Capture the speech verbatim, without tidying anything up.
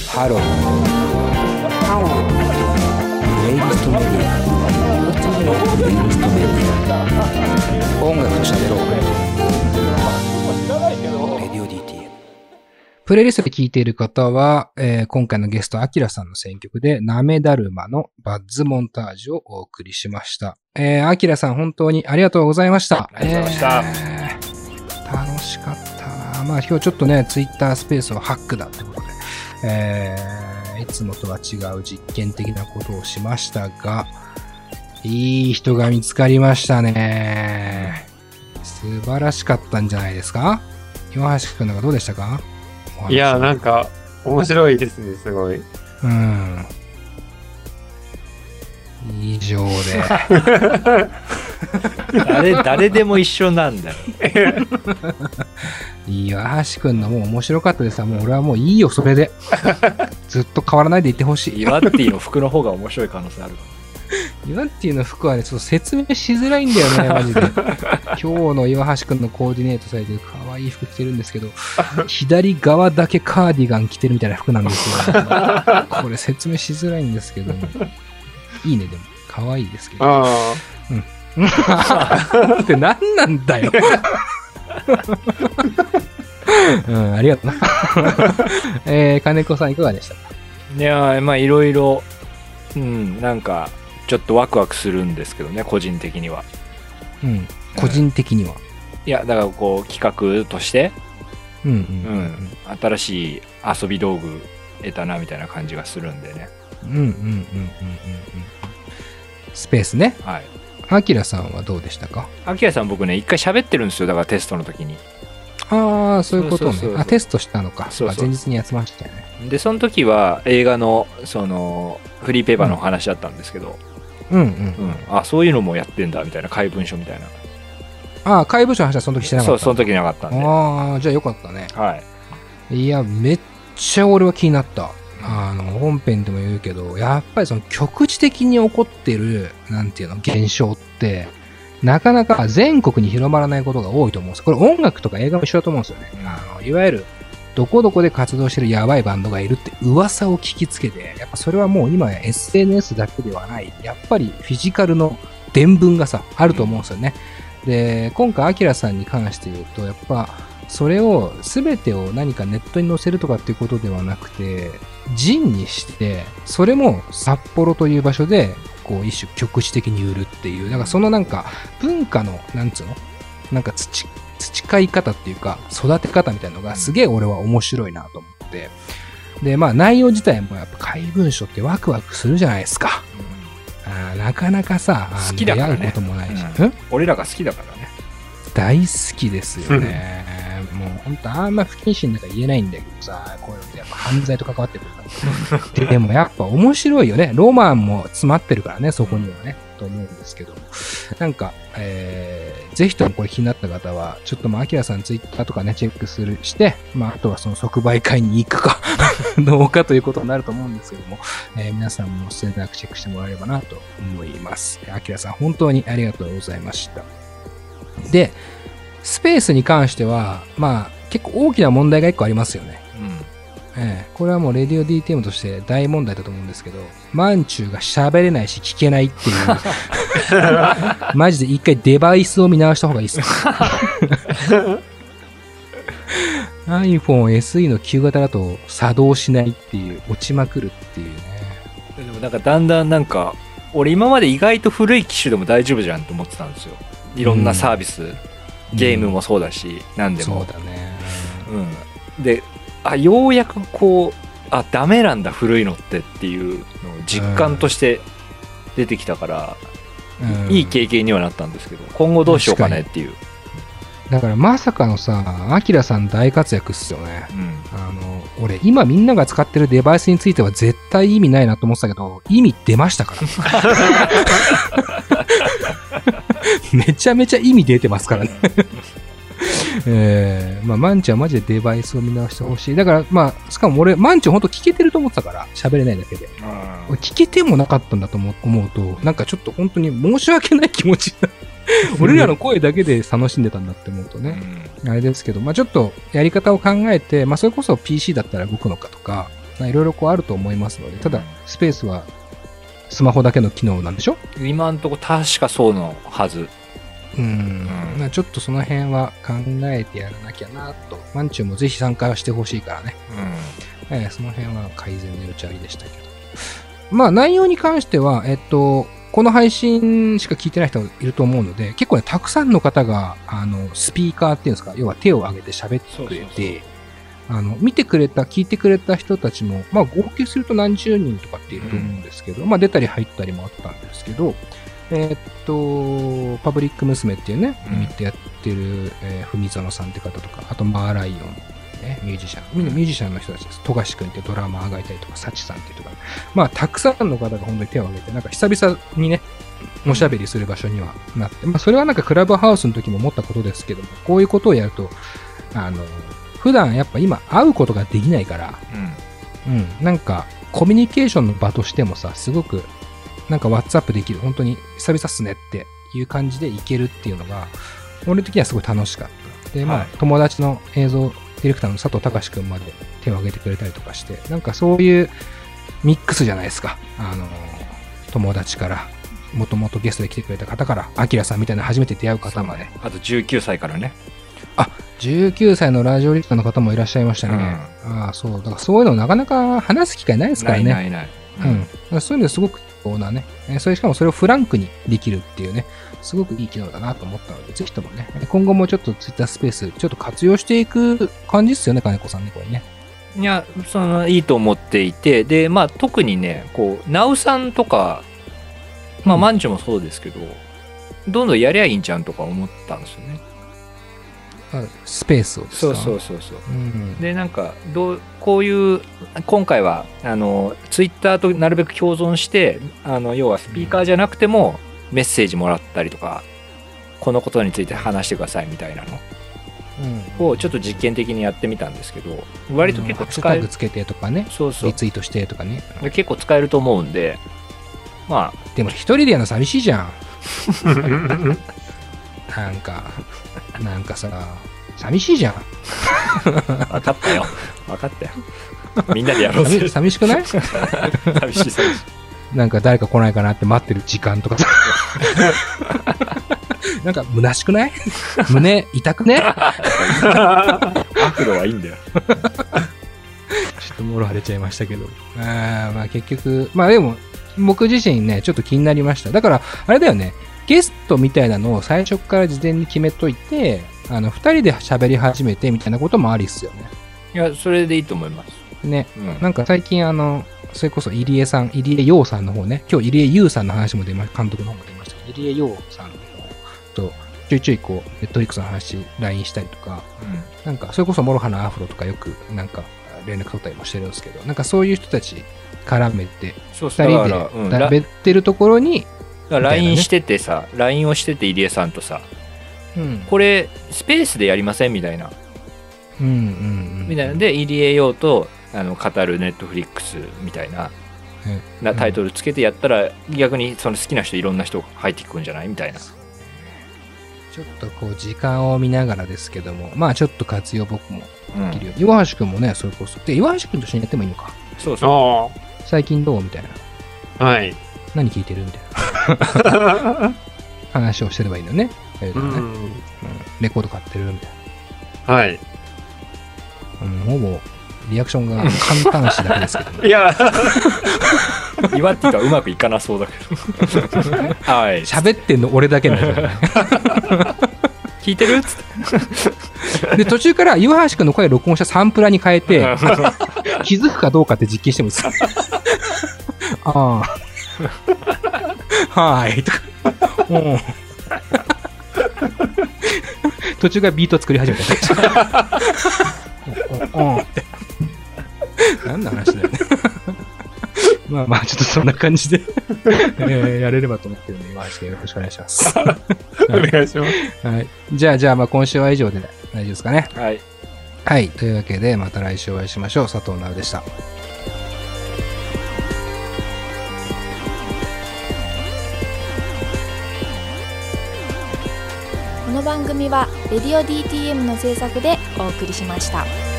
ハロー。ハロー。プレイリストメディア。プレイリストメディア。音楽と喋ろう。レディオ ディーティーエム。プレイリストで聴いている方は、えー、今回のゲスト、アキラさんの選曲で、なめだるまのバッズモンタージュをお送りしました。えー、アキラさん本当にありがとうございました。 ありがとうございました。 えー、楽しかったな。まあ今日ちょっとね、ツイッタースペースをハックだってことで、えー、いつもとは違う実験的なことをしましたが、いい人が見つかりましたね。素晴らしかったんじゃないですか？岩橋くんなんかどうでしたか？ いや、なんか、面白いですね、すごい。 うん。以上で。 誰、誰でも一緒なんだよ。 岩橋くんのもう面白かったです。もう俺はもういいよ、それで。ずっと変わらないでいてほしい。 岩っていうの服の方が面白い可能性あるから。 岩っていうの服はね、ちょっと説明しづらいんだよね、マジで。今日の岩橋くんのコーディネートされてる可愛い服着てるんですけど、左側だけカーディガン着てるみたいな服なんですよ、ね。これ説明しづらいんですけども。いいね、でも。可愛いですけど。 ああ。 うん。って何なんだよ。うん、ありがとうな。えー、金子さんいかがでしたか？ いや、まあいろいろ、うん、なんか、ちょっとワクワクするんですけどね、個人的には。 うん。個人的には。 いや、だからこう、企画として、 うんうん、うんうん。新しい遊び道具得たな、みたいな感じがするんでね。 うんうんうんうんうんうん。スペースね。 はい。 アキラさんはどうでしたか？ アキラさん僕ね、一回喋ってるんですよ、だからテストの時に。 ああ、そういうことね。 そうそうそうそう。 あ、テストしたのか。 そうそう。 前日にやってましたよね。 で、その時は映画の、その、フリーペーパーの話だったんですけど、 うんうん、うんうん。あ、そういうのもやってんだ、みたいな、怪文書みたいな。 ああ、怪文書の話はその時してなかった。 そう、その時なかったんで。 ああ、じゃあよかったね。 はい。 いや、めっちゃ俺は気になった。あの、本編でも言うけど、やっぱりその局地的に起こってる、なんていうの、現象って、なかなか全国に広まらないことが多いと思うんです。これ音楽とか映画も一緒だと思うんですよね。あの、いわゆる、どこどこで活動してるやばいバンドがいるって噂を聞きつけて、やっぱそれはもう今や エスエヌエス だけではない、やっぱりフィジカルの伝聞がさ、あると思うんですよね。で、今回アキラさんに関して言うと、やっぱ、それを全てを何かネットに載せるとかっていうことではなくて、人にして、それも札幌という場所で、こう一種局地的に売るっていう、だからそのなんか文化の、なんつうのなんか土、培い方っていうか、育て方みたいなのがすげえ俺は面白いなと思って。で、まあ内容自体もやっぱ怪文書ってワクワクするじゃないですか。あなかなかさ、 好きだからね。 出会うこともないし。 うん、俺らが好きだからね。 大好きですよね。もう本当あんま不謹慎なんか言えないんだけどさ、こういうのってやっぱ犯罪と関わってくるから。でもやっぱ面白いよね。ロマンも詰まってるからね、そこにはね。と思うんですけど。なんか、えー、ぜひともこれ気になった方は、ちょっとまあ、アキラさんツイッターとかね、チェックする、して、まあ、あとはその即売会に行くか、どうかということになると思うんですけども、えー、皆さんも選択チェックしてもらえればなと思います。アキラさん、本当にありがとうございました。で、スペースに関しては、まあ、結構大きな問題が一個ありますよね。うん。ええ、これはもうレディオ ディーティーエム として大問題だと思うんですけど、マンチューが喋れないし聞けないっていう、マジで一回デバイスを見直した方がいいです。iPhone エスイー の旧型だと作動しないっていう、落ちまくるっていうね。 でもなんかだんだんなんか、俺今まで意外と古い機種でも大丈夫じゃんと思ってたんですよ。いろんなサービス、うん、ゲームもそうだし、うん、何でも。 そうだね。 うん。で、あ、ようやくこう、あ、ダメなんだ古いのってっていうのを実感として出てきたから、うん、いい経験にはなったんですけど、今後どうしようかねっていう。 だからまさかのさ、アキラさん大活躍っすよね。うん、あの、俺今みんなが使ってるデバイスについては絶対意味ないなと思ってたけど、意味出ましたから。めちゃめちゃ意味出てますからね。えー、まあ、マンチはマジでデバイスを見直してほしい。だから、まあ、しかも俺、マンチほんと聞けてると思ってたから、喋れないだけで。聞けてもなかったんだと思うと、なんかちょっと本当に申し訳ない気持ちになる。俺らの声だけで楽しんでたんだって思うとね、うん、あれですけど、まあちょっとやり方を考えて、まあそれこそ ピーシー だったら動くのかとか、 いろいろこうあると思いますので、ただ、スペースはスマホだけの機能なんでしょ？ 今のところ確かそうのはず。 うん、うん、ちょっとその辺は考えてやらなきゃなと。マンチューもぜひ参加はしてほしいからね。うんえー、その辺は改善の余地ありでしたけど。まあ内容に関しては、えっと、この配信しか聞いてない人がいると思うので、結構ね、たくさんの方が、あの、スピーカーっていうんですか、要は手を挙げて喋ってくれて、そうそうそうあの、見てくれた、聞いてくれた人たちも、まあ合計すると何十人とかっていると思うんですけど、うん、まあ出たり入ったりもあったんですけど、えー、っと、パブリック娘っていうね、ユニットやってる、えー、ふみぞのさんって方とか、あとマーライオン、ね、ミュージシャン、みんなミュージシャンの人たちです。富樫くんってドラマーがいたりとか、サチさんっていうとか、まあ、たくさんの方が本当に手を挙げて、なんか久々にね、おしゃべりする場所にはなって、まあ、それはなんかクラブハウスの時も思ったことですけども、こういうことをやると、あの、普段やっぱ今会うことができないから、うん、うん、なんかコミュニケーションの場としてもさ、すごく、なんか WhatsApp できる、本当に久々っすねっていう感じでいけるっていうのが、俺的にはすごい楽しかった。で、まあ、はい、友達の映像、ディレクターの佐藤隆くんまで手を挙げてくれたりとかして、なんかそういうミックスじゃないですか。あの、友達から、もともとゲストで来てくれた方から、アキラさんみたいな初めて出会う方まで。ね、 あとじゅうきゅうさいからね。 あ、じゅうきゅうさいのラジオリスナーの方もいらっしゃいましたね。うん、ああ、そう。だからそういうのなかなか話す機会ないですからね。 ないないない。 うん。うん、そういうのすごくこうなね、それしかもそれをフランクにできるっていうね、すごくいい機能だなと思ったので、ぜひともね、今後もちょっとツイッタースペース、ちょっと活用していく感じですよね、金子さんね、これね。 いや、その、いいと思っていて、で、まあ、特にね、こう、ナウさんとか、まあ、マンチョもそうですけど、うん、どんどんやりゃいいんちゃうんとか思ったんですよね。 スペースをですか？ そうそうそうそう、うん、でなんかどうこういう今回はあのツイッターとなるべく共存してあの要はスピーカーじゃなくてもメッセージもらったりとか、このことについて話してくださいみたいなの、うん、をちょっと実験的にやってみたんですけど、割と結構使える、 うん、ハッシュタグつけてとかね、そうそうリツイートしてとかね、 で結構使えると思うんで、まあでも一人でやるの寂しいじゃんなんかなんかさ寂しいじゃん分かったよ分かったよみんなでやろうぜ寂しくない寂しい寂しいなんか誰か来ないかなって待ってる時間とかさなんか虚しくない胸痛くねアフロはいいんだよちょっともろ腫れちゃいましたけど、あまあ結局まあでも僕自身ねちょっと気になりました。だからあれだよね、ゲストみたいなのを最初から事前に決めといて、あの二人で喋り始めてみたいなこともありっすよね。 いやそれでいいと思いますね、うん、なんか最近あのそれこそ入江さん、入江陽さんの方ね、今日入江優さんの話も出ま監督の方も出ましたけど、入江陽さんの方とちょいちょいこうネットフリックスの話 ライン したりとか、うん、なんかそれこそ諸刃のアフロとかよくなんか連絡取ったりもしてるんですけど、なんかそういう人たち絡めてふたりで喋ってるところに、 うん、ライン しててさ ライン をしてて入江さんとさ、うん、これスペースでやりませんみたいな、うんうんうん、みたいなで入江陽とあの語るネットフリックスみたいな、なタイトルつけてやったら、うん、逆にその好きな人いろんな人入ってくるんじゃないみたいな。 ちょっとこう時間を見ながらですけども、まあちょっと活用僕もできるよ、うん、岩橋くんもねそれこそで岩橋くんと一緒にやってもいいのか。 そうそう、 最近どうみたいな、はい何聞いてるみたいな話をしてればいいのね、えーとね、うんうん、レコード買ってるみたいな、はい、 うん、ほぼリアクションが簡単詞だけですけど、ね、 いや岩っていうかうまくいかなそうだけどはい喋ってんの俺だけなんじゃない聞いてるっつってで途中から岩橋くんの声を録音したサンプラーに変えて気づくかどうかって実験してもいいですああはーいとか途中からビート作り始めたうんって何の話だよねまあまあちょっとそんな感じで、えー、やれればと思ってるんで、岩橋くんよろしくお願いしますお願いします、 はい、じゃあじゃあまあ今週は以上で大丈夫ですかね。 はい、 はい、というわけでまた来週お会いしましょう。佐藤直でした。 この番組はレディオ ディーティーエム の制作でお送りしました。